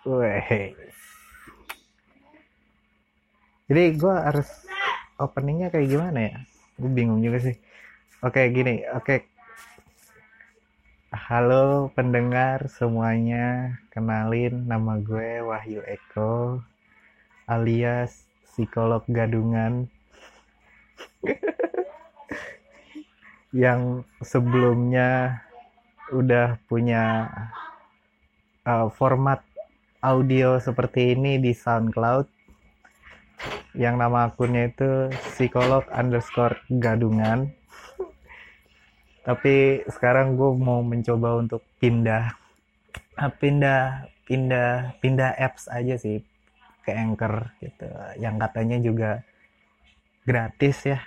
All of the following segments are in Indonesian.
Weh. Jadi gue harus openingnya kayak gimana ya? Gue bingung juga sih. Oke, gini. Oke, halo pendengar semuanya. Kenalin, nama gue Wahyu Eko, alias psikolog gadungan yang sebelumnya udah punya format audio seperti ini di SoundCloud, yang nama akunnya itu psikolog_gadungan. Tapi sekarang gue mau mencoba untuk pindah apps aja sih ke Anchor gitu, yang katanya juga gratis ya.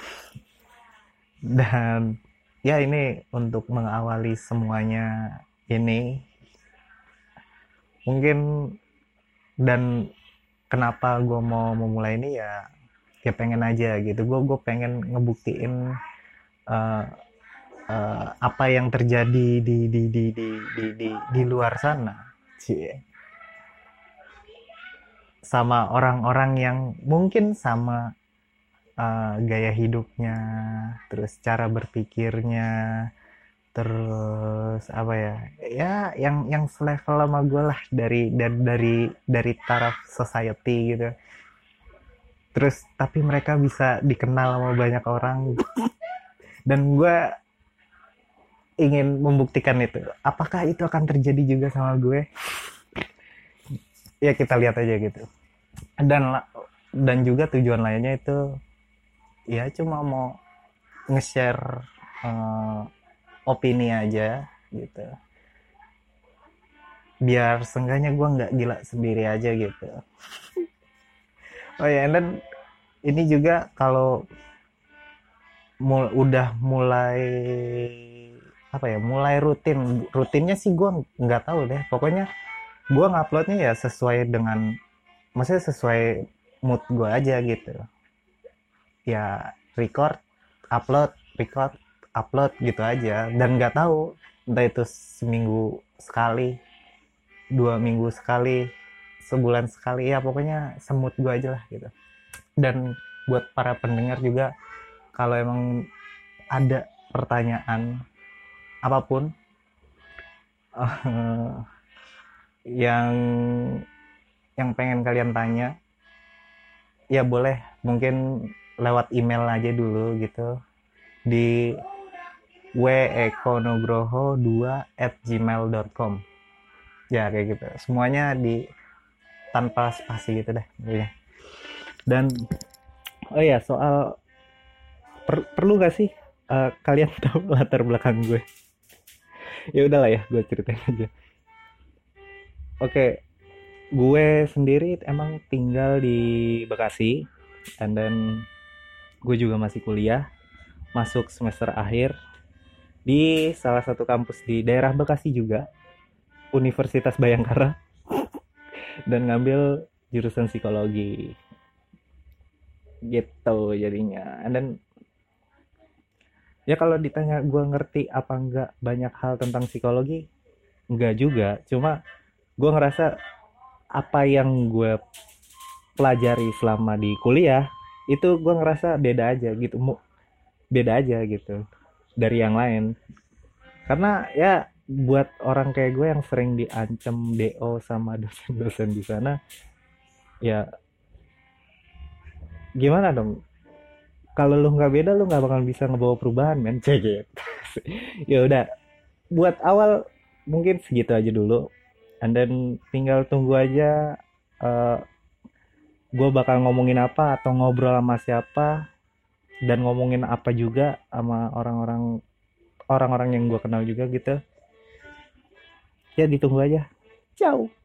Dan ya, ini untuk mengawali semuanya ini mungkin. Dan kenapa gue mau memulai ini ya, ya pengen aja gitu. Gue pengen ngebuktiin uh, apa yang terjadi di luar sana, cie, sama orang-orang yang mungkin sama gaya hidupnya, terus cara berpikirnya, terus apa ya, ya yang selevel sama gue lah, dari taraf society gitu. Terus tapi mereka bisa dikenal sama banyak orang, dan gue ingin membuktikan itu. Apakah itu akan terjadi juga sama gue? Ya kita lihat aja gitu. Dan juga tujuan lainnya itu ya cuma mau nge-share opini aja gitu. Biar seenggaknya gue nggak gila sendiri aja gitu. Oh ya, dan ini juga kalau udah mulai apa ya, mulai rutinnya sih gue nggak tahu deh. Pokoknya gue nguploadnya ya sesuai dengan, maksudnya sesuai mood gue aja gitu. Ya record, upload, record, upload gitu aja. Dan nggak tahu entah itu seminggu sekali, 2 minggu sekali, sebulan sekali, ya pokoknya semut gue aja lah gitu. Dan buat para pendengar juga, kalau emang ada pertanyaan apapun yang pengen kalian tanya, ya boleh mungkin lewat email aja dulu gitu, di weekonugroho2@gmail.com. Ya kayak gitu, semuanya di tanpa spasi gitu deh ya. Dan oh ya, soal perlu gak sih kalian tahu latar belakang gue? Ya udahlah ya, gue ceritain aja. Oke, gue sendiri emang tinggal di Bekasi, and then gue juga masih kuliah, masuk semester akhir di salah satu kampus di daerah Bekasi juga, Universitas Bayangkara, dan ngambil jurusan psikologi gitu jadinya. And then ya, kalau ditanya gue ngerti apa enggak banyak hal tentang psikologi, enggak juga. Cuma gue ngerasa apa yang gue pelajari selama di kuliah itu gue ngerasa beda aja gitu, beda aja gitu dari yang lain. Karena ya buat orang kayak gue yang sering diancam DO sama dosen-dosen di sana, ya gimana dong? Kalau lu nggak beda, lu nggak bakal bisa ngebawa perubahan, men. Cek gitu. Ya udah, buat awal mungkin segitu aja dulu. And then tinggal tunggu aja uh, gue bakal ngomongin apa atau ngobrol sama siapa, dan ngomongin apa juga sama orang-orang yang gue kenal juga gitu. Ya ditunggu aja. Ciao.